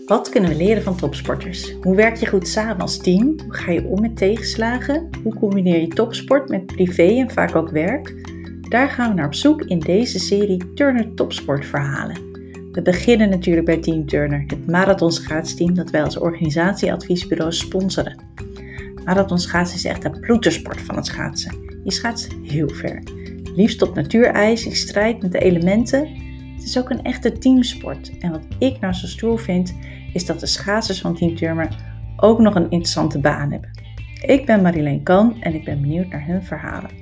Wat kunnen we leren van topsporters? Hoe werk je goed samen als team? Hoe ga je om met tegenslagen? Hoe combineer je topsport met privé en vaak ook werk? Daar gaan we naar op zoek in deze serie Turner Topsportverhalen. We beginnen natuurlijk bij Team Turner, het marathonschaatsteam dat wij als organisatieadviesbureau sponsoren. Marathonschaatsen is echt de ploetersport van het schaatsen. Je schaatst heel ver. Liefst op natuurijs in strijd met de elementen. Het is ook een echte teamsport. En wat ik nou zo stoer vind, is dat de schaatsers van Team Turner ook nog een interessante baan hebben. Ik ben Marjolein Kan en ik ben benieuwd naar hun verhalen.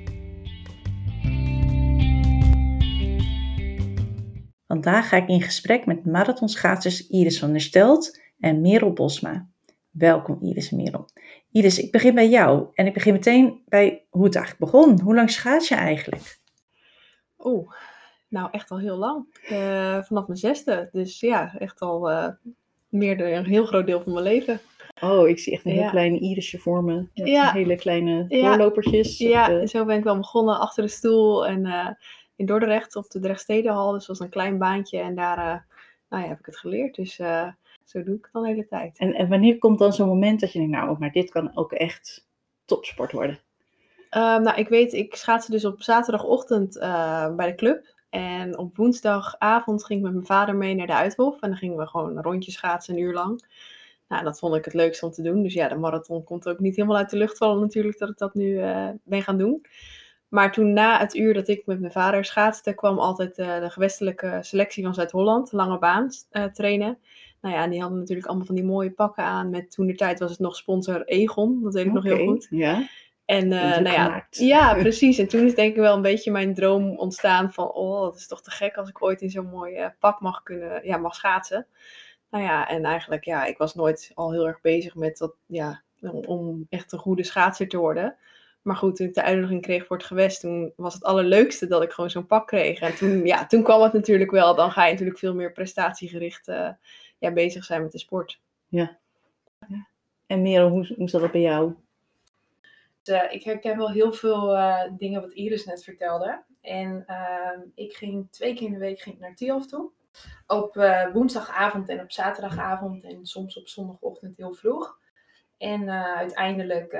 Vandaag ga ik in gesprek met marathonschaatsers Iris van der Stelt en Merel Bosma. Welkom Iris en Merel. Iris, ik begin bij jou en ik begin meteen bij hoe het eigenlijk begon. Hoe lang schaats je eigenlijk? Nou echt al heel lang. Vanaf mijn 6e. Dus ja, echt al meer dan een heel groot deel van mijn leven. Oh, ik zie echt een heel klein Irisje voor me. Met hele kleine doorlopertjes. Ja, zo ben ik wel begonnen achter de stoel en in Dordrecht op de Drechtstedenhal. Dus dat was een klein baantje en daar heb ik het geleerd. Dus zo doe ik het al de hele tijd. En wanneer komt dan zo'n moment dat je denkt, maar dit kan ook echt topsport worden? Ik schaatste dus op zaterdagochtend bij de club. En op woensdagavond ging ik met mijn vader mee naar de Uithof. En dan gingen we gewoon een rondje schaatsen, een uur lang. Nou, dat vond ik het leukste om te doen. Dus ja, de marathon komt ook niet helemaal uit de lucht vallen natuurlijk dat ik dat nu ben gaan doen. Maar toen na het uur dat ik met mijn vader schaatste, kwam altijd de gewestelijke selectie van Zuid-Holland, lange baan trainen. Nou ja, en die hadden natuurlijk allemaal van die mooie pakken aan. Met toentertijd was het nog sponsor Egon, dat weet ik nog heel goed. Ja. En precies. En toen is denk ik wel een beetje mijn droom ontstaan van, dat is toch te gek als ik ooit in zo'n mooi pak mag schaatsen. Nou ja, en eigenlijk, ik was nooit al heel erg bezig met dat, om echt een goede schaatser te worden. Maar goed, toen ik de uitnodiging kreeg voor het gewest, toen was het allerleukste dat ik gewoon zo'n pak kreeg. En toen kwam het natuurlijk wel, dan ga je natuurlijk veel meer prestatiegericht bezig zijn met de sport. Ja. En Merel, hoe zat dat bij jou? Ik herken wel heel veel dingen wat Iris net vertelde. En ik ging 2 keer in de week naar Tialf toe. Op woensdagavond en op zaterdagavond en soms op zondagochtend heel vroeg. En uiteindelijk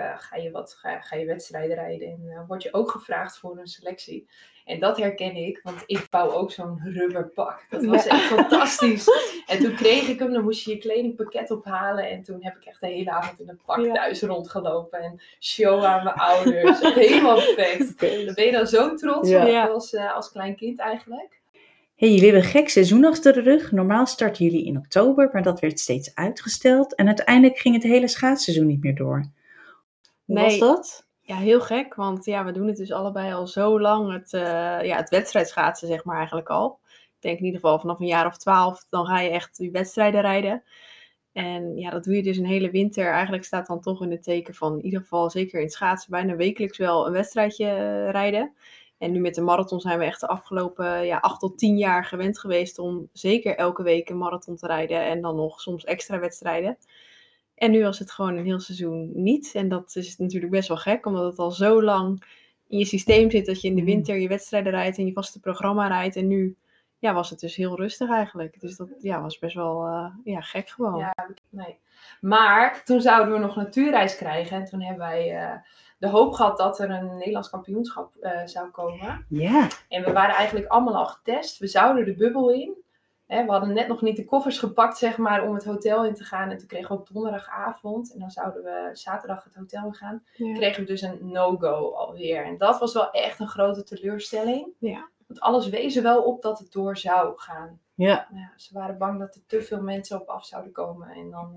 ga je wedstrijden rijden en word je ook gevraagd voor een selectie. En dat herken ik, want ik bouw ook zo'n rubberpak. Dat was echt fantastisch. En toen kreeg ik hem, dan moest je je kledingpakket ophalen. En toen heb ik echt de hele avond in een pak thuis rondgelopen. En show aan mijn ouders. Helemaal perfect. Dan ben je dan zo trots op als klein kind eigenlijk. Hey, jullie hebben een gek seizoen achter de rug. Normaal starten jullie in oktober, maar dat werd steeds uitgesteld. En uiteindelijk ging het hele schaatsseizoen niet meer door. Hoe was dat? Ja, heel gek, want we doen het dus allebei al zo lang. Het wedstrijdschaatsen zeg maar eigenlijk al. Ik denk in ieder geval vanaf een jaar of 12, dan ga je echt die wedstrijden rijden. En dat doe je dus een hele winter. Eigenlijk staat dan toch in het teken van, in ieder geval zeker in het schaatsen, bijna wekelijks wel een wedstrijdje rijden. En nu met de marathon zijn we echt de afgelopen 8 tot 10 jaar gewend geweest om zeker elke week een marathon te rijden. En dan nog soms extra wedstrijden. En nu was het gewoon een heel seizoen niet. En dat is natuurlijk best wel gek, omdat het al zo lang in je systeem zit dat je in de winter je wedstrijden rijdt en je vaste programma rijdt. En nu was het dus heel rustig eigenlijk. Dus dat was best wel gek gewoon. Ja, nee. Maar toen zouden we nog een natuurreis krijgen. En toen hebben wij de hoop gehad dat er een Nederlands kampioenschap zou komen. Ja. En we waren eigenlijk allemaal al getest. We zouden de bubbel in. We hadden net nog niet de koffers gepakt, zeg maar, om het hotel in te gaan. En toen kregen we op donderdagavond, en dan zouden we zaterdag het hotel in gaan, kregen we dus een no-go alweer. En dat was wel echt een grote teleurstelling. Ja. Want alles wees er wel op dat het door zou gaan. Ja. Ze waren bang dat er te veel mensen op af zouden komen. En dan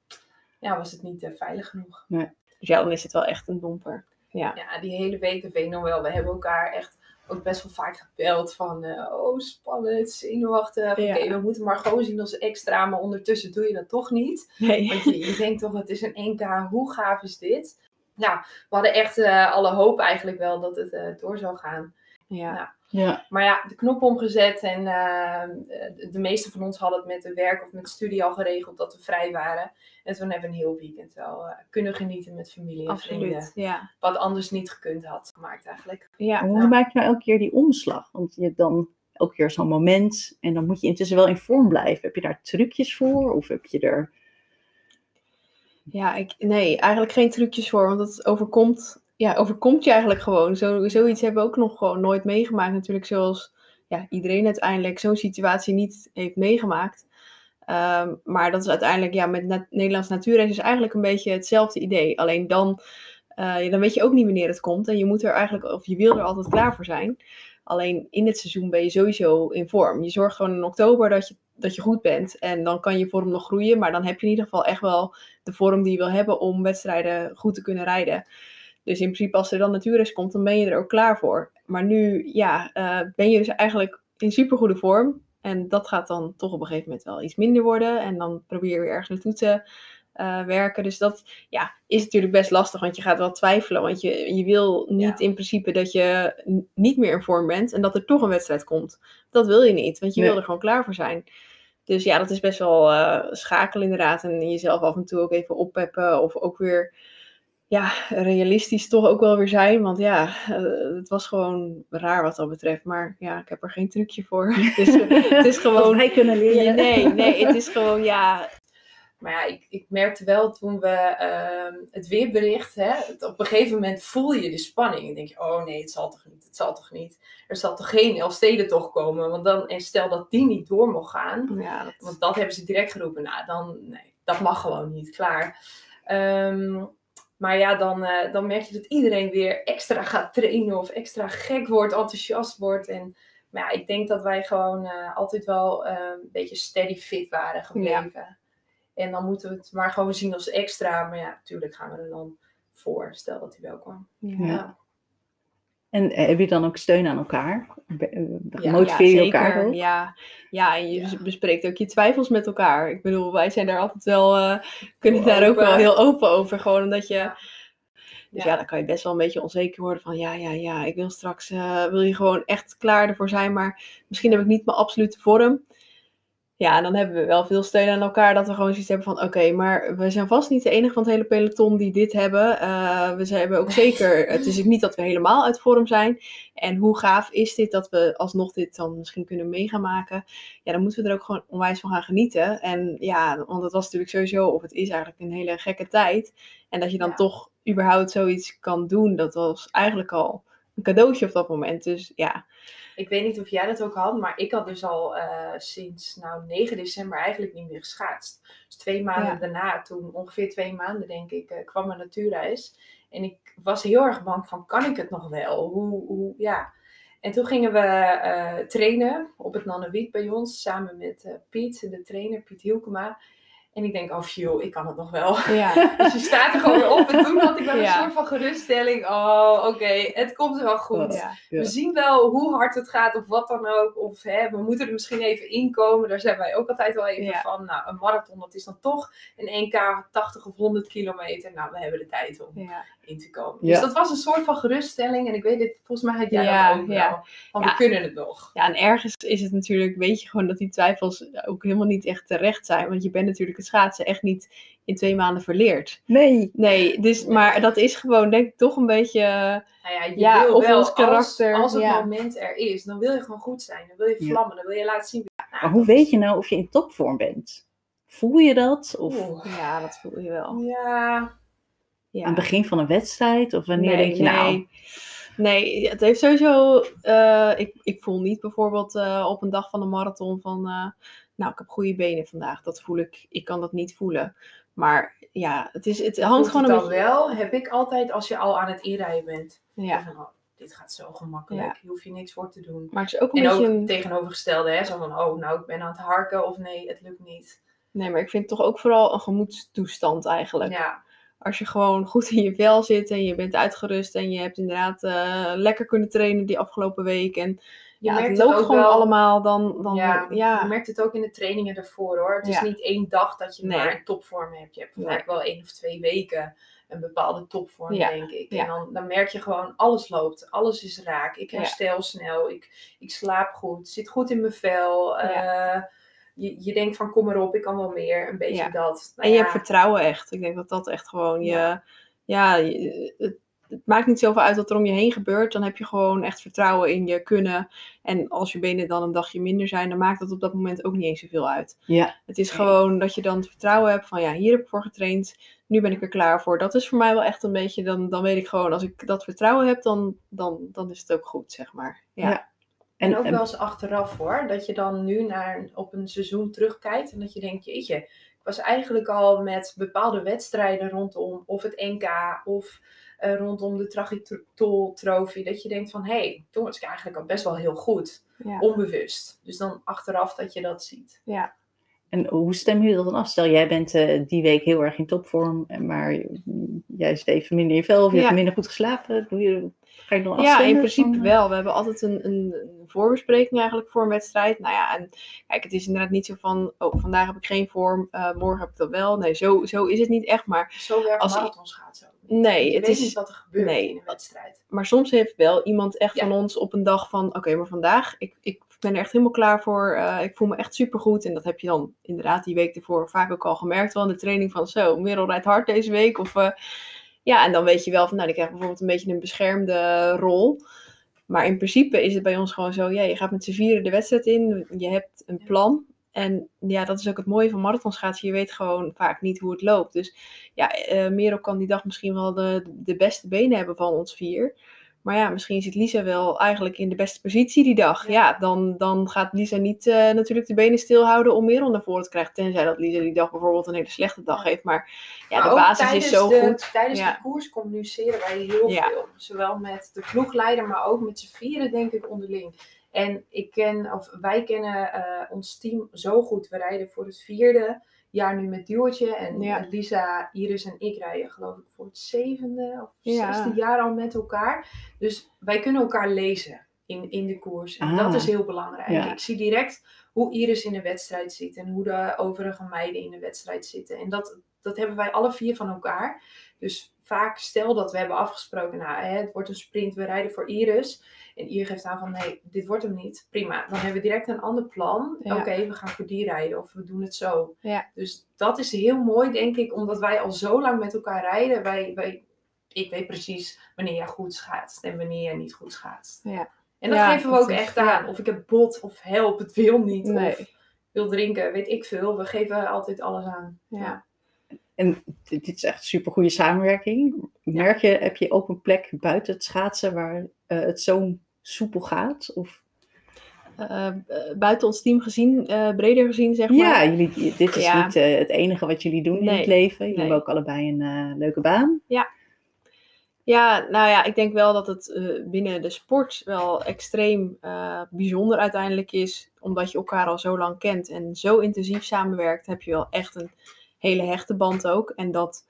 was het niet veilig genoeg. Nee. Dus dan is het wel echt een domper. Ja, die hele week, dat weet ik nog wel. We hebben elkaar echt ook best wel vaak gebeld van, spannend, zenuwachtig. Oké, we moeten maar gewoon zien als extra, maar ondertussen doe je dat toch niet. Nee. Want je denkt toch, het is een NK, hoe gaaf is dit? Nou, we hadden echt alle hoop eigenlijk wel dat het door zou gaan. Ja. Maar de knop omgezet en de meeste van ons hadden het met de werk of met de studie al geregeld dat we vrij waren. En toen hebben we een heel weekend wel kunnen genieten met familie en vrienden. Ja. Wat anders niet gekund had gemaakt eigenlijk. Hoe maak je nou elke keer die omslag? Want dan elke keer zo'n moment. En dan moet je intussen wel in vorm blijven. Heb je daar trucjes voor? Of heb je er... Ja, nee, eigenlijk geen trucjes voor, want het overkomt je eigenlijk gewoon. Zoiets hebben we ook nog gewoon nooit meegemaakt natuurlijk, zoals iedereen uiteindelijk zo'n situatie niet heeft meegemaakt. Maar dat is uiteindelijk, met Nederlands natuurreis is eigenlijk een beetje hetzelfde idee. Alleen dan weet je ook niet wanneer het komt en je moet er eigenlijk, of je wil er altijd klaar voor zijn. Alleen in het seizoen ben je sowieso in vorm. Je zorgt gewoon in oktober dat je goed bent. En dan kan je vorm nog groeien. Maar dan heb je in ieder geval echt wel de vorm die je wil hebben om wedstrijden goed te kunnen rijden. Dus in principe als er dan natuurreis komt, dan ben je er ook klaar voor. Maar nu ben je dus eigenlijk in supergoede vorm. En dat gaat dan toch op een gegeven moment wel iets minder worden. En dan probeer je weer ergens naartoe te werken. Dus dat is natuurlijk best lastig, want je gaat wel twijfelen. Want je wil niet in principe dat je niet meer in vorm bent en dat er toch een wedstrijd komt. Dat wil je niet, want je wil er gewoon klaar voor zijn. Dus dat is best wel schakelen inderdaad. En jezelf af en toe ook even oppeppen of ook weer realistisch toch ook wel weer zijn. Want het was gewoon raar wat dat betreft. Maar ik heb er geen trucje voor. Het is gewoon... Wat wij kunnen leren. Nee, het is gewoon Maar ik merkte wel toen we het weerbericht, op een gegeven moment voel je de spanning. En denk je, oh nee, het zal toch niet. Er zal toch geen Elfstedentocht komen. Want dan, en stel dat die niet door mocht gaan. Ja, want dat hebben ze direct geroepen. Nou, dat mag gewoon niet, klaar. Maar dan merk je dat iedereen weer extra gaat trainen of extra gek wordt, enthousiast wordt. Maar ik denk dat wij gewoon altijd wel een beetje steady fit waren gebleven. Ja. En dan moeten we het maar gewoon zien als extra. Maar natuurlijk gaan we er dan voor, stel dat hij wel kwam. Ja. En heb je dan ook steun aan elkaar? Motiveer je elkaar ook? Ja, en je bespreekt ook je twijfels met elkaar. Ik bedoel, wij zijn daar altijd wel, kunnen daar ook wel heel open over. Gewoon omdat je... Dus dan kan je best wel een beetje onzeker worden van ik wil straks, wil je gewoon echt klaar ervoor zijn. Maar misschien heb ik niet mijn absolute vorm. Ja, dan hebben we wel veel steun aan elkaar. Dat we gewoon zoiets hebben van, oké, maar we zijn vast niet de enige van het hele peloton die dit hebben. We hebben ook zeker, het is niet dat we helemaal uit vorm zijn. En hoe gaaf is dit dat we alsnog dit dan misschien kunnen mee gaan maken. Ja, dan moeten we er ook gewoon onwijs van gaan genieten. En want het was natuurlijk sowieso, of het is eigenlijk een hele gekke tijd. En dat je dan toch überhaupt zoiets kan doen, dat was eigenlijk al een cadeautje op dat moment. Dus Ik weet niet of jij dat ook had, maar ik had dus al sinds 9 december eigenlijk niet meer geschaatst. Dus 2 maanden daarna, toen ongeveer 2 maanden denk ik, kwam mijn natuurreis. En ik was heel erg bang van, kan ik het nog wel? En toen gingen we trainen op het Nannewiek bij ons, samen met Piet, de trainer, Piet Hielkema. En ik denk, ik kan het nog wel. Ja. Dus je staat er gewoon weer op. En toen had ik wel een soort van geruststelling. Oh, oké, het komt wel goed. Ja. We zien wel hoe hard het gaat of wat dan ook. Of we moeten er misschien even inkomen. Daar zijn wij ook altijd wel even van. Nou, een marathon, dat is dan toch een 1K 80 of 100 kilometer. Nou, we hebben de tijd om in te komen. Dus dat was een soort van geruststelling. En ik weet het, volgens mij had jij dat ook wel. Want we kunnen het nog. Ja, en ergens is het natuurlijk, weet je gewoon dat die twijfels ook helemaal niet echt terecht zijn. Want je bent natuurlijk het schaatsen echt niet in 2 maanden verleerd. Nee, dus, maar dat is gewoon denk ik toch een beetje... je wil wel, ons karakter. Als het moment er is, dan wil je gewoon goed zijn. Dan wil je vlammen, dan wil je laten zien. Maar hoe weet je nou of je in topvorm bent? Voel je dat? Of... Ja, dat voel je wel. Ja. Aan het begin van een wedstrijd? Of wanneer denk je nou... Nee, het heeft sowieso... Ik voel niet bijvoorbeeld op een dag van een marathon van... ik heb goede benen vandaag. Dat voel ik. Ik kan dat niet voelen. Maar het hangt gewoon een beetje... wel, heb ik altijd als je al aan het inrijden bent. Van, dit gaat zo gemakkelijk. Je hoeft je niks voor te doen. Maar het is ook ook tegenovergestelde. Zo van, ik ben aan het harken. Of nee, het lukt niet. Nee, maar ik vind het toch ook vooral een gemoedstoestand eigenlijk. Ja. Als je gewoon goed in je vel zit en je bent uitgerust en je hebt inderdaad lekker kunnen trainen die afgelopen week. En het loopt gewoon wel, allemaal dan je merkt het ook in de trainingen ervoor hoor. Het is niet 1 dag dat je maar een topvorm hebt. Je hebt vaak wel 1 of 2 weken een bepaalde topvorm, denk ik. En dan merk je gewoon, alles loopt. Alles is raak. Ik herstel snel. Ik slaap goed. Zit goed in mijn vel. Je denkt van, kom erop, ik kan wel meer. Een beetje dat. En je hebt vertrouwen echt. Ik denk dat dat echt gewoon het maakt niet zoveel uit wat er om je heen gebeurt. Dan heb je gewoon echt vertrouwen in je kunnen. En als je benen dan een dagje minder zijn, dan maakt dat op dat moment ook niet eens zoveel uit. Ja. Het is gewoon dat je dan het vertrouwen hebt van, ja, hier heb ik voor getraind. Nu ben ik er klaar voor. Dat is voor mij wel echt een beetje, dan weet ik gewoon, als ik dat vertrouwen heb, dan is het ook goed, zeg maar. Ja. En ook wel eens achteraf hoor, dat je dan nu op een seizoen terugkijkt en dat je denkt, jeetje, ik was eigenlijk al met bepaalde wedstrijden rondom of het NK of rondom de Tragictol Trophy, dat je denkt van, hé, toen was ik eigenlijk al best wel heel goed, onbewust. Dus dan achteraf dat je dat ziet. Ja. En hoe stemmen jullie dat dan af? Stel, jij bent die week heel erg in topvorm, maar jij zit even minder in je vel of je hebt minder goed geslapen. Ga je dan afstemmen? Ja, in principe wel. We hebben altijd een voorbespreking eigenlijk voor een wedstrijd. Nou ja, en kijk, het is inderdaad niet zo van, vandaag heb ik geen vorm, morgen heb ik dat wel. Nee, zo is het niet echt. Maar zo werkt marathonschaatsen ook niet. Nee, je weet niet wat er gebeurt in een wedstrijd. Maar soms heeft wel iemand echt van ons op een dag van, oké, maar vandaag, ik ben er echt helemaal klaar voor. Ik voel me echt supergoed. En dat heb je dan inderdaad die week ervoor vaak ook al gemerkt. Wel in de training van zo, Merel rijdt hard deze week. Of en dan weet je wel van, nou, die krijgt bijvoorbeeld een beetje een beschermde rol. Maar in principe is het bij ons gewoon zo, je gaat met z'n vieren de wedstrijd in. Je hebt een plan. En ja, dat is ook het mooie van marathonschaatsen. Je weet gewoon vaak niet hoe het loopt. Dus ja, Merel kan die dag misschien wel de beste benen hebben van ons 4. Maar ja, misschien zit Lisa wel eigenlijk in de beste positie die dag. Ja, dan gaat Lisa niet natuurlijk de benen stilhouden om Merel naar voren te krijgen. Tenzij dat Lisa die dag bijvoorbeeld een hele slechte dag heeft. Maar ja, de basis is zo goed. Tijdens de koers communiceren wij heel veel. Zowel met de ploegleider, maar ook met z'n vieren denk ik onderling. En wij kennen ons team zo goed. We rijden voor het 4e jaar nu met Duwtje. En Lisa, Iris en ik rijden geloof ik voor het 7e of 6e jaar al met elkaar. Dus wij kunnen elkaar lezen in de koers. En dat is heel belangrijk. Ja. Ik zie direct hoe Iris in de wedstrijd zit. En hoe de overige meiden in de wedstrijd zitten. En dat hebben wij alle 4 van elkaar. Dus vaak stel dat we hebben afgesproken. Nou, het wordt een sprint. We rijden voor Iris. En Iris geeft aan van nee, dit wordt hem niet. Prima. Dan hebben we direct een ander plan. Ja. Oké, we gaan voor die rijden. Of we doen het zo. Ja. Dus dat is heel mooi denk ik. Omdat wij al zo lang met elkaar rijden. Ik weet precies wanneer jij goed schaatst. En wanneer jij niet goed schaatst. Ja. En dat geven we ook echt aan. Of ik heb bot of help. Het wil niet. Nee. Of wil drinken. Weet ik veel. We geven altijd alles aan. Ja. En dit is echt een supergoeie samenwerking. Heb je ook een plek buiten het schaatsen waar het zo soepel gaat? Of? Buiten ons team gezien, breder gezien zeg maar. Ja, dit is niet het enige wat jullie doen in het leven. Jullie hebben ook allebei een leuke baan. Ja, nou ja, ik denk wel dat het binnen de sport wel extreem bijzonder uiteindelijk is. Omdat je elkaar al zo lang kent en zo intensief samenwerkt, heb je wel echt een hele hechte band ook. En dat,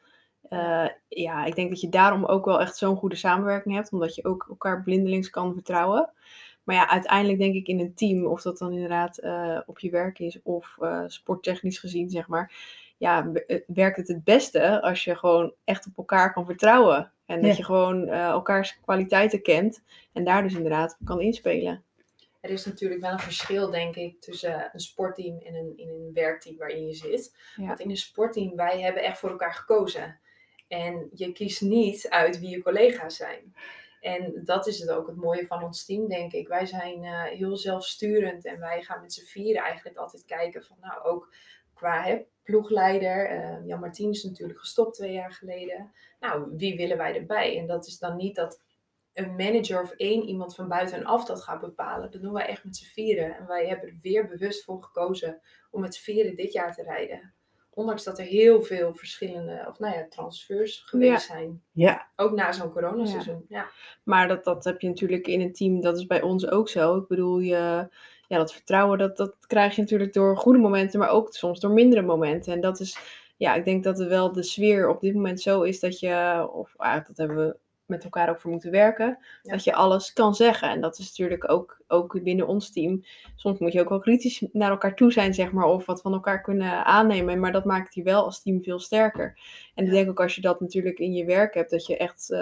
ik denk dat je daarom ook wel echt zo'n goede samenwerking hebt. Omdat je ook elkaar blindelings kan vertrouwen. Maar ja, uiteindelijk denk ik in een team, of dat dan inderdaad op je werk is of sporttechnisch gezien, zeg maar. Ja, werkt het beste als je gewoon echt op elkaar kan vertrouwen. En dat je gewoon elkaars kwaliteiten kent en daar dus inderdaad kan inspelen. Er is natuurlijk wel een verschil, denk ik, tussen een sportteam en een werkteam waarin je zit. Ja. Want in een sportteam, wij hebben echt voor elkaar gekozen. En je kiest niet uit wie je collega's zijn. En dat is het ook het mooie van ons team, denk ik. Wij zijn heel zelfsturend en wij gaan met z'n vieren eigenlijk altijd kijken van, nou, ook qua ploegleider. Jan Martien is natuurlijk gestopt 2 jaar geleden. Nou, wie willen wij erbij? En dat is dan niet dat een manager of iemand van buitenaf dat gaat bepalen. Dat doen wij echt met z'n vieren. En wij hebben er weer bewust voor gekozen om met z'n vieren dit jaar te rijden. Ondanks dat er heel veel verschillende transfers geweest zijn. Ja. Ook na zo'n coronaseizoen. Ja. Maar dat heb je natuurlijk in een team, dat is bij ons ook zo. Ik bedoel, dat vertrouwen, dat krijg je natuurlijk door goede momenten, maar ook soms door mindere momenten. En dat is, ik denk dat wel de sfeer op dit moment zo is dat je, dat hebben we met elkaar ook voor moeten werken, dat je alles kan zeggen. En dat is natuurlijk ook binnen ons team. Soms moet je ook wel kritisch naar elkaar toe zijn, zeg maar, of wat van elkaar kunnen aannemen. Maar dat maakt je wel als team veel sterker. En ik denk ook als je dat natuurlijk in je werk hebt, dat je echt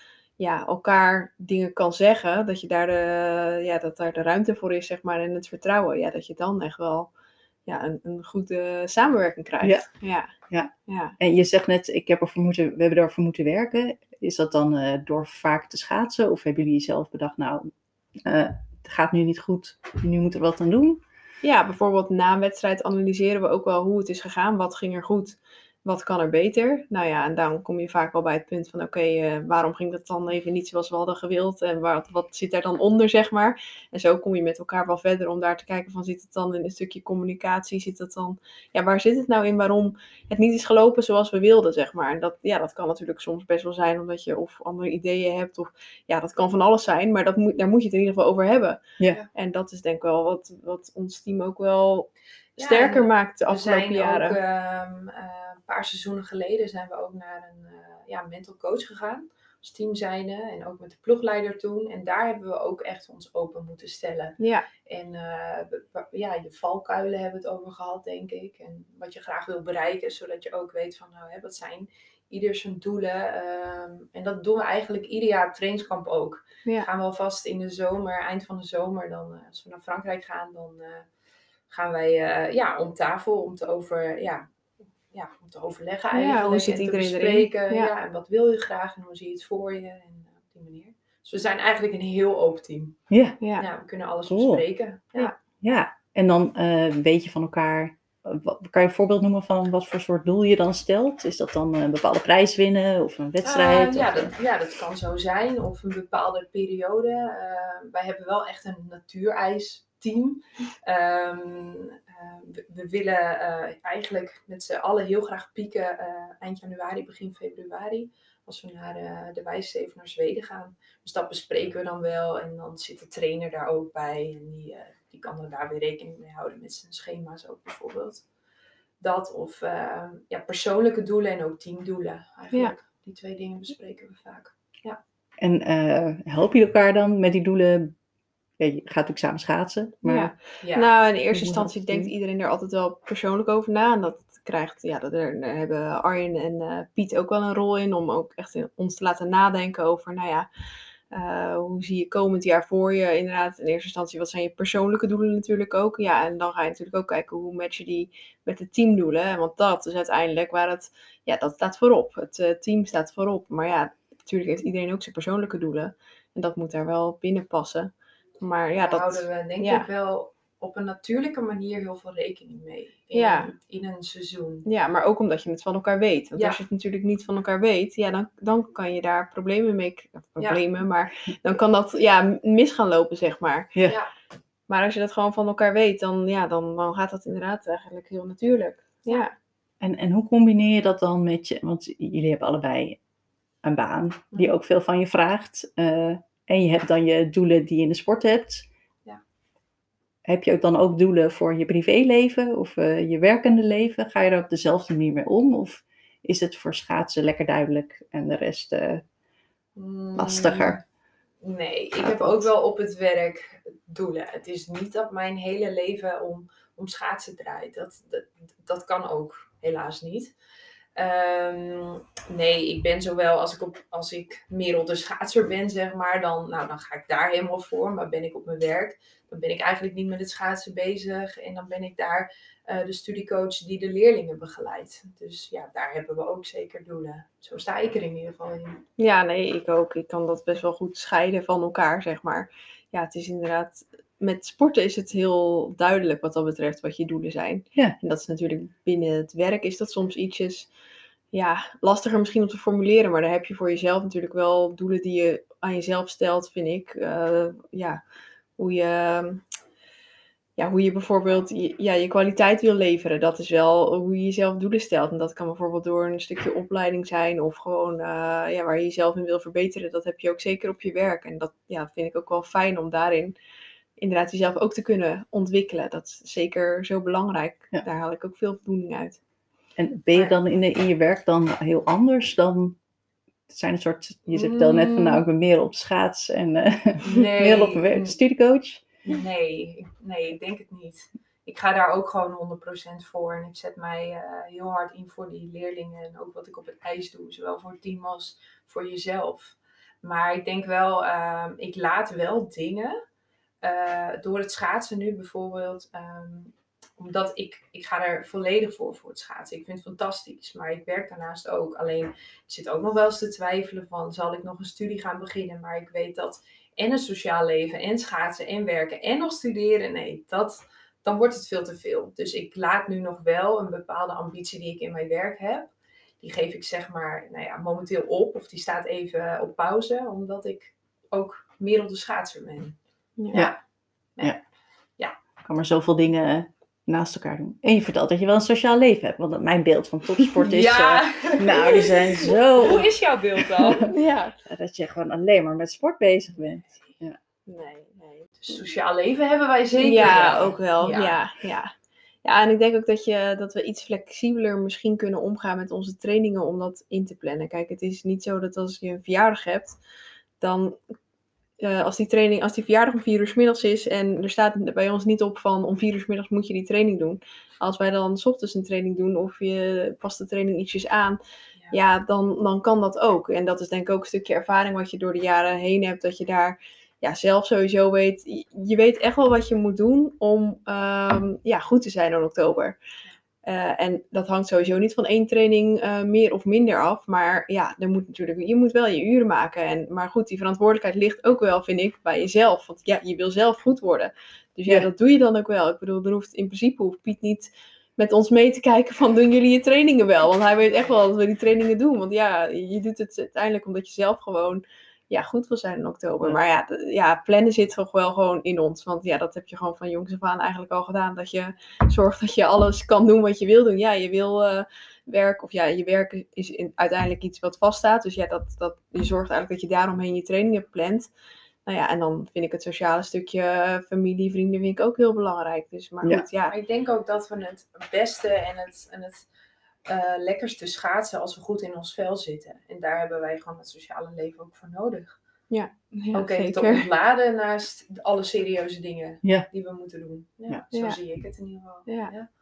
elkaar dingen kan zeggen, dat je daar dat daar de ruimte voor is, zeg maar, en het vertrouwen. Dat je dan echt wel een goede samenwerking krijgt. Ja. En je zegt net, we hebben ervoor moeten werken. Is dat dan door vaak te schaatsen? Of hebben jullie zelf bedacht, nou, het gaat nu niet goed, nu moeten we wat aan doen? Ja, bijvoorbeeld na een wedstrijd analyseren we ook wel hoe het is gegaan. Wat ging er goed? Wat kan er beter? Nou ja, en dan kom je vaak wel bij het punt van oké, waarom ging dat dan even niet zoals we hadden gewild? En wat zit er dan onder, zeg maar? En zo kom je met elkaar wel verder om daar te kijken van zit het dan in een stukje communicatie? Zit het dan, ja, waar zit het nou in waarom het niet is gelopen zoals we wilden, zeg maar? En dat kan natuurlijk soms best wel zijn omdat je of andere ideeën hebt of ja, dat kan van alles zijn, maar daar moet je het in ieder geval over hebben. Ja. En dat is denk ik wel wat ons team ook wel sterker maakt de afgelopen jaren. We zijn ook een paar seizoenen geleden zijn we ook naar een mental coach gegaan. Als team zijnde en ook met de ploegleider toen. En daar hebben we ook echt ons open moeten stellen. Ja. En je valkuilen hebben we het over gehad, denk ik. En wat je graag wil bereiken, zodat je ook weet van wat zijn ieder zijn doelen. En dat doen we eigenlijk ieder jaar op trainingskamp ook. Ja. Gaan we alvast in de zomer, eind van de zomer, dan als we naar Frankrijk gaan, dan gaan wij om tafel om te overleggen eigenlijk. Ja, hoe zit en iedereen te bespreken. erin? Ja. En wat wil je graag en hoe zie je het voor je? En op die manier. Dus we zijn eigenlijk een heel open team. Ja. Ja, we kunnen alles Cool. bespreken. Ja, en dan weet je van elkaar. Kan je een voorbeeld noemen van wat voor soort doel je dan stelt? Is dat dan een bepaalde prijs winnen of een wedstrijd? Dat kan zo zijn. Of een bepaalde periode. Wij hebben wel echt een natuurijsteam. We willen eigenlijk met z'n allen heel graag pieken eind januari, begin februari. Als we naar de wijssteven naar Zweden gaan. Dus dat bespreken we dan wel. En dan zit de trainer daar ook bij. En die kan er daar weer rekening mee houden met zijn schema's ook bijvoorbeeld. Dat of persoonlijke doelen en ook teamdoelen eigenlijk. Ja. Die twee dingen bespreken we vaak. Ja. En help je elkaar dan met die doelen? Ja, je gaat natuurlijk samen schaatsen. Maar ja. Nou, in eerste instantie denkt iedereen er altijd wel persoonlijk over na. En dat krijgt, daar hebben Arjen en Piet ook wel een rol in. Om ook echt ons te laten nadenken over, hoe zie je komend jaar voor je? Inderdaad, in eerste instantie, wat zijn je persoonlijke doelen natuurlijk ook? Ja, en dan ga je natuurlijk ook kijken hoe match je die met de teamdoelen. Want dat is uiteindelijk waar dat staat voorop. Het team staat voorop. Maar ja, natuurlijk heeft iedereen ook zijn persoonlijke doelen. En dat moet daar wel binnen passen. Maar ja, daar houden we denk ik wel op een natuurlijke manier heel veel rekening mee. In een seizoen. Ja, maar ook omdat je het van elkaar weet. Want als je het natuurlijk niet van elkaar weet, dan kan je daar problemen mee krijgen. Maar dan kan dat mis gaan lopen, zeg maar. Ja. Maar als je dat gewoon van elkaar weet, dan gaat dat inderdaad eigenlijk heel natuurlijk. Ja. En hoe combineer je dat dan met je... Want jullie hebben allebei een baan die ook veel van je vraagt. En je hebt dan je doelen die je in de sport hebt. Ja. Heb je ook dan ook doelen voor je privéleven of je werkende leven? Ga je er op dezelfde manier mee om? Of is het voor schaatsen lekker duidelijk en de rest lastiger? Nee, ik heb ook wel op het werk doelen. Het is niet dat mijn hele leven om schaatsen draait. Dat kan ook helaas niet. Nee, ik ben zowel als ik Merel de schaatser ben, zeg maar, dan ga ik daar helemaal voor. Maar ben ik op mijn werk, dan ben ik eigenlijk niet met het schaatsen bezig. En dan ben ik daar de studiecoach die de leerlingen begeleidt. Dus ja, daar hebben we ook zeker doelen. Zo sta ik er in ieder geval in. Ja, nee, ik ook. Ik kan dat best wel goed scheiden van elkaar, zeg maar. Ja, het is inderdaad... Met sporten is het heel duidelijk wat dat betreft wat je doelen zijn. Ja. En dat is natuurlijk binnen het werk is dat soms ietsjes lastiger misschien om te formuleren. Maar daar heb je voor jezelf natuurlijk wel doelen die je aan jezelf stelt, vind ik. Hoe je bijvoorbeeld je kwaliteit wil leveren. Dat is wel hoe je jezelf doelen stelt. En dat kan bijvoorbeeld door een stukje opleiding zijn. Of gewoon waar je jezelf in wil verbeteren. Dat heb je ook zeker op je werk. En dat vind ik ook wel fijn om daarin... inderdaad jezelf ook te kunnen ontwikkelen. Dat is zeker zo belangrijk. Ja. Daar haal ik ook veel voldoening uit. En ben je dan in je werk dan heel anders dan... zijn een soort... Je zegt al net van ik ben meer op de schaats en meer op de studiecoach. Nee, ik denk het niet. Ik ga daar ook gewoon 100% voor. En ik zet mij heel hard in voor die leerlingen. En ook wat ik op het ijs doe. Zowel voor het team als voor jezelf. Maar ik denk wel... ik laat wel dingen... door het schaatsen nu bijvoorbeeld Omdat ik ga er volledig voor het schaatsen. Ik vind het fantastisch, maar ik werk daarnaast ook. Alleen ik zit ook nog wel eens te twijfelen van, zal ik nog een studie gaan beginnen? Maar ik weet dat en een sociaal leven en schaatsen en werken en nog studeren, nee, dan wordt het veel te veel. Dus ik laat nu nog wel een bepaalde ambitie die ik in mijn werk heb. Die geef ik zeg maar momenteel op. Of die staat even op pauze. Omdat ik ook meer op de schaatser ben. Ja. Kan maar zoveel dingen naast elkaar doen. En je vertelt dat je wel een sociaal leven hebt. Want mijn beeld van topsport is... nou, die zijn zo... Hoe is jouw beeld dan? Dat je gewoon alleen maar met sport bezig bent. Ja. Nee. Dus sociaal leven hebben wij zeker. Ja, ook wel. Ja. Ja, en ik denk ook dat we iets flexibeler misschien kunnen omgaan met onze trainingen om dat in te plannen. Kijk, het is niet zo dat als je een verjaardag hebt, dan als die verjaardag om 4 uur 's middags is en er staat bij ons niet op van om 4 uur 's middags moet je die training doen. Als wij dan 's ochtends een training doen of je past de training ietsjes aan, dan kan dat ook. En dat is denk ik ook een stukje ervaring wat je door de jaren heen hebt, dat je daar zelf sowieso weet. Je weet echt wel wat je moet doen om goed te zijn in oktober. En dat hangt sowieso niet van één training meer of minder af. Maar ja, je moet wel je uren maken. Maar goed, die verantwoordelijkheid ligt ook wel, vind ik, bij jezelf. Want ja, je wil zelf goed worden. Dus dat doe je dan ook wel. Ik bedoel, in principe hoeft Piet niet met ons mee te kijken van, doen jullie je trainingen wel? Want hij weet echt wel dat we die trainingen doen. Want ja, je doet het uiteindelijk omdat je zelf gewoon goed wil zijn in oktober. Maar plannen zit toch wel gewoon in ons. Want dat heb je gewoon van jongs af aan eigenlijk al gedaan. Dat je zorgt dat je alles kan doen wat je wil doen. Ja, je wil werk. Of je werk is uiteindelijk iets wat vaststaat. Dus je zorgt eigenlijk dat je daaromheen je trainingen plant. En dan vind ik het sociale stukje familie, vrienden vind ik ook heel belangrijk. Dus, maar goed, Maar ik denk ook dat we het beste en het lekkerste schaatsen als we goed in ons vel zitten. En daar hebben wij gewoon het sociale leven ook voor nodig. Ja, ook even te ontladen naast alle serieuze dingen die we moeten doen. Zo zie ik het in ieder geval. Ja.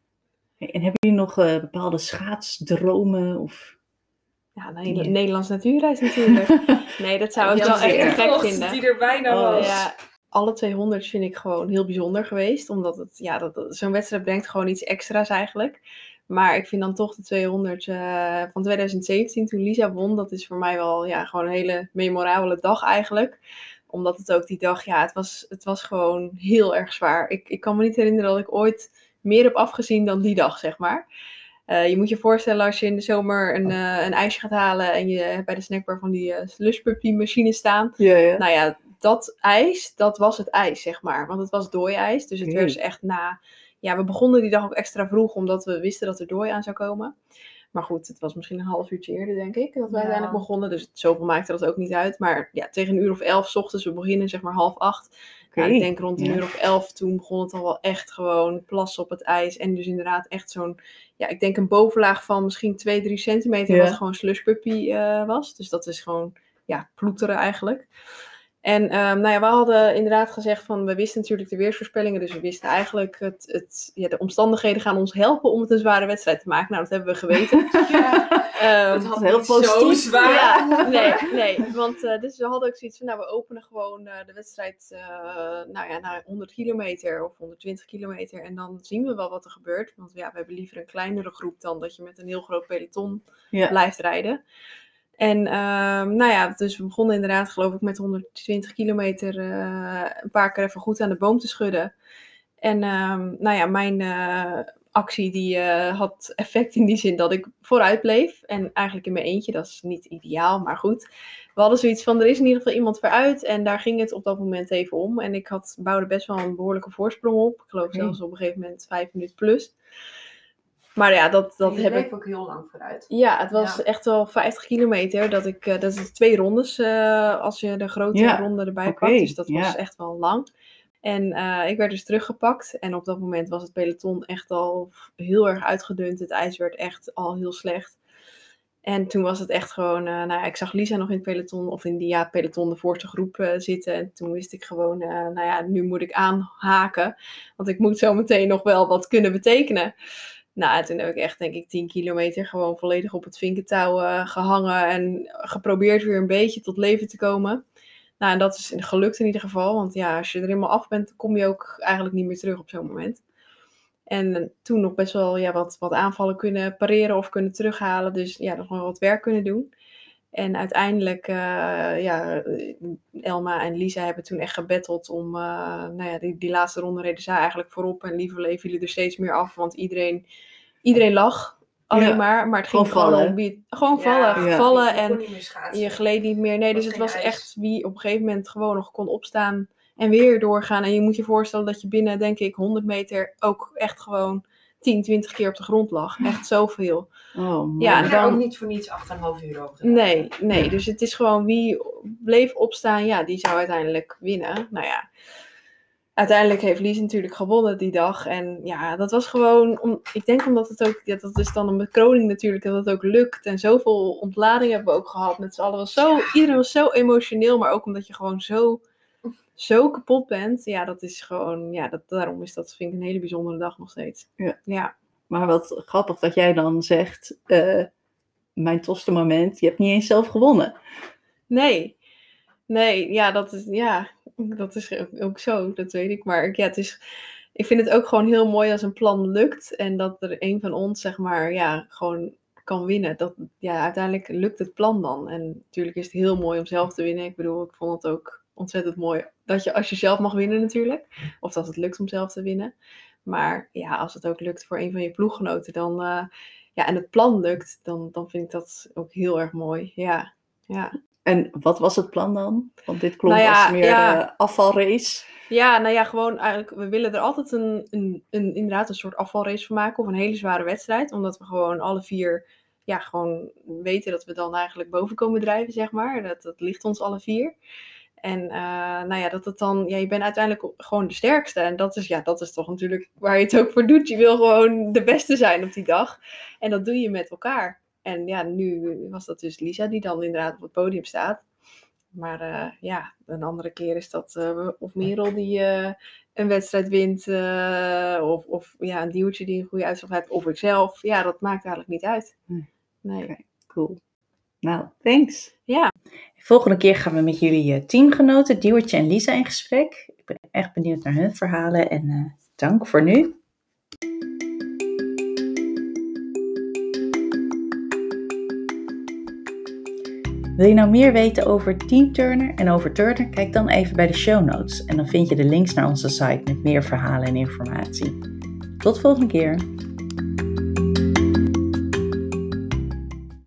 En hebben jullie nog bepaalde schaatsdromen? Of... Ja, Nederlands natuurreis natuurlijk. Nee, dat zou ik wel echt gek vinden. Die er bijna was. Ja, alle 200 vind ik gewoon heel bijzonder geweest. Omdat zo'n wedstrijd brengt gewoon iets extra's eigenlijk. Maar ik vind dan toch de 200 van 2017, toen Lisa won, dat is voor mij wel gewoon een hele memorabele dag eigenlijk. Omdat het ook die dag, het was gewoon heel erg zwaar. Ik kan me niet herinneren dat ik ooit meer heb afgezien dan die dag, zeg maar. Je moet je voorstellen als je in de zomer een ijsje gaat halen en je hebt bij de snackbar van die slushpuppy machine staan. Ja. Nou ja, dat ijs, dat was het ijs, zeg maar. Want het was dooiijs, dus het werd dus echt we begonnen die dag ook extra vroeg, omdat we wisten dat er dooi aan zou komen. Maar goed, het was misschien een half uurtje eerder, denk ik, dat we uiteindelijk begonnen. Dus zoveel maakte dat ook niet uit. Maar tegen 1:00 of 11:00 's ochtends, we beginnen zeg maar 7:30. Ik denk rond 1:00 of 11:00, toen begon het al wel echt gewoon plassen op het ijs. En dus inderdaad echt zo'n, ik denk een bovenlaag van misschien 2-3 centimeter, wat gewoon slushpuppy was. Dus dat is gewoon, ploeteren eigenlijk. En we hadden inderdaad gezegd van, we wisten natuurlijk de weersvoorspellingen, dus we wisten eigenlijk de omstandigheden gaan ons helpen om het een zware wedstrijd te maken. Nou, dat hebben we geweten. Het had heel positief. Zo zwaar. Nee, want dus we hadden ook zoiets van, we openen gewoon de wedstrijd naar 100 kilometer of 120 kilometer en dan zien we wel wat er gebeurt. Want we hebben liever een kleinere groep dan dat je met een heel groot peloton blijft rijden. En dus we begonnen inderdaad geloof ik met 120 kilometer een paar keer even goed aan de boom te schudden. En mijn actie die had effect in die zin dat ik vooruit bleef. En eigenlijk in mijn eentje, dat is niet ideaal, maar goed. We hadden zoiets van, er is in ieder geval iemand vooruit en daar ging het op dat moment even om. En ik bouwde best wel een behoorlijke voorsprong op. Ik geloof zelfs op een gegeven moment 5 minuten plus. Maar dat heb ik ook heel lang vooruit. Ja, het was echt wel 50 kilometer. Dat is 2 rondes als je de grote ronde erbij pakt. Dus dat was echt wel lang. En ik werd dus teruggepakt. En op dat moment was het peloton echt al heel erg uitgedund. Het ijs werd echt al heel slecht. En toen was het echt gewoon, ik zag Lisa nog in het peloton, of in die peloton, de voorste groep zitten. En toen wist ik gewoon, nu moet ik aanhaken. Want ik moet zo meteen nog wel wat kunnen betekenen. Nou, toen heb ik echt, denk ik, 10 kilometer gewoon volledig op het vinkentouw gehangen en geprobeerd weer een beetje tot leven te komen. Nou, en dat is gelukt in ieder geval, want als je er helemaal af bent, kom je ook eigenlijk niet meer terug op zo'n moment. En toen nog best wel wat aanvallen kunnen pareren of kunnen terughalen. Dus ja, nog wel wat werk kunnen doen. En uiteindelijk, Elma en Lisa hebben toen echt gebatteld om, die laatste ronde reden zij eigenlijk voorop. En lieverlee vielen er steeds meer af, want iedereen lag alleen maar het ging gewoon om wie vallen en je gleed niet meer. Nee, dus het was echt wie op een gegeven moment gewoon nog kon opstaan en weer doorgaan. En je moet je voorstellen dat je binnen, denk ik, 100 meter ook echt gewoon 10, 20 keer op de grond lag. Echt zoveel. Ja, en dan ook niet voor niets 8,5 uur over. Nee, dus het is gewoon wie bleef opstaan, die zou uiteindelijk winnen. Nou ja, uiteindelijk heeft Lies natuurlijk gewonnen die dag. En ja, dat was gewoon, ik denk omdat het ook, dat is dan een bekroning natuurlijk, dat het ook lukt. En zoveel ontlading hebben we ook gehad met z'n allen. Iedereen was zo emotioneel, maar ook omdat je gewoon zo kapot bent. Ja, dat is gewoon, daarom is dat, vind ik, een hele bijzondere dag nog steeds. Ja. Maar wat grappig dat jij dan zegt, mijn tofste moment, je hebt niet eens zelf gewonnen. Nee, dat is ook zo, dat weet ik. Maar ik vind het ook gewoon heel mooi als een plan lukt en dat er een van ons, zeg maar, gewoon kan winnen. Uiteindelijk lukt het plan dan. En natuurlijk is het heel mooi om zelf te winnen. Ik bedoel, ik vond het ook ontzettend mooi dat als je zelf mag winnen natuurlijk. Of dat het lukt om zelf te winnen. Maar ja, als het ook lukt voor een van je ploeggenoten, dan, en het plan lukt, dan vind ik dat ook heel erg mooi. Ja. En wat was het plan dan? Want dit klonk als meer afvalrace. Ja, gewoon eigenlijk, we willen er altijd inderdaad een soort afvalrace van maken. Of een hele zware wedstrijd. Omdat we gewoon alle 4, gewoon weten dat we dan eigenlijk boven komen drijven, zeg maar. Dat ligt ons alle 4. En dat het dan, je bent uiteindelijk gewoon de sterkste. En dat is toch natuurlijk waar je het ook voor doet. Je wil gewoon de beste zijn op die dag. En dat doe je met elkaar. En nu was dat dus Lisa die dan inderdaad op het podium staat. Maar een andere keer is dat of Merel die een wedstrijd wint. Of een duwtje die een goede uitslag heeft. Of ikzelf. Ja, dat maakt eigenlijk niet uit. Nee. Okay, cool. Nou, thanks. Ja. De volgende keer gaan we met jullie teamgenoten, Diewertje en Lisa, in gesprek. Ik ben echt benieuwd naar hun verhalen en dank voor nu. Wil je nou meer weten over Team Turner en over Turner? Kijk dan even bij de show notes en dan vind je de links naar onze site met meer verhalen en informatie. Tot volgende keer!